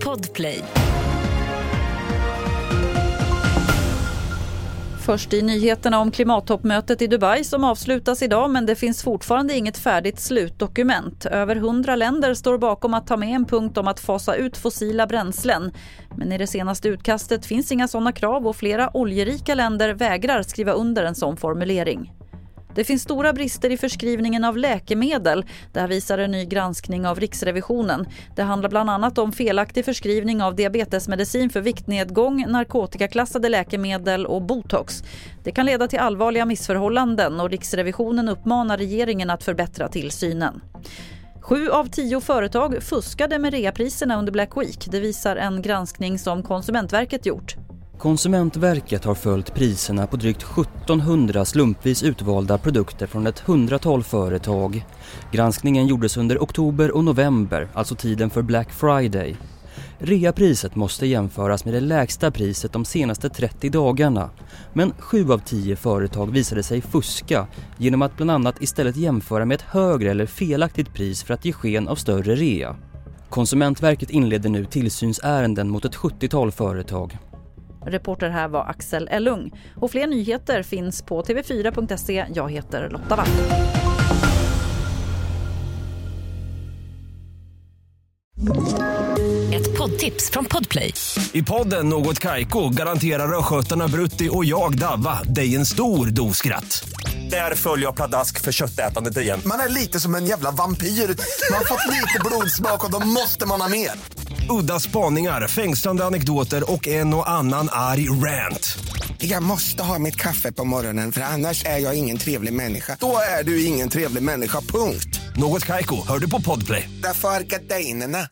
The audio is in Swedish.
Podplay. Först i nyheterna om klimattoppmötet i Dubai som avslutas idag, men det finns fortfarande inget färdigt slutdokument. Över 100 länder står bakom att ta med en punkt om att fasa ut fossila bränslen. Men i det senaste utkastet finns inga sådana krav och flera oljerika länder vägrar skriva under en sån formulering. Det finns stora brister i förskrivningen av läkemedel. Det här visar en ny granskning av Riksrevisionen. Det handlar bland annat om felaktig förskrivning av diabetesmedicin för viktnedgång, narkotikaklassade läkemedel och botox. Det kan leda till allvarliga missförhållanden och Riksrevisionen uppmanar regeringen att förbättra tillsynen. 7 av 10 företag fuskade med reapriserna under Black Week. Det visar en granskning som Konsumentverket gjort. Konsumentverket har följt priserna på drygt 1700 slumpvis utvalda produkter från ett 100-tal företag. Granskningen gjordes under oktober och november, alltså tiden för Black Friday. Reapriset måste jämföras med det lägsta priset de senaste 30 dagarna. Men 7 av 10 företag visade sig fuska genom att bland annat istället jämföra med ett högre eller felaktigt pris för att ge sken av större rea. Konsumentverket inleder nu tillsynsärenden mot ett 70-tal företag. Reporter här var Axel Ellung. Och fler nyheter finns på tv4.se. Jag heter Lotta Wall. Ett poddtips från Podplay. I podden Något Kaiko garanterar röskötarna Brutti och jag Davva dig en stor doskratt. Där följer jag pladask för köttätandet igen. Man är lite som en jävla vampyr. Man har fått lite blodsmak och då måste man ha mer. Udda spaningar, fängslande anekdoter och en och annan arg rant. Jag måste ha mitt kaffe på morgonen för annars är jag ingen trevlig människa. Då är du ingen trevlig människa, punkt. Något Kaiko, hör du på Podplay. Därför är gardinerna.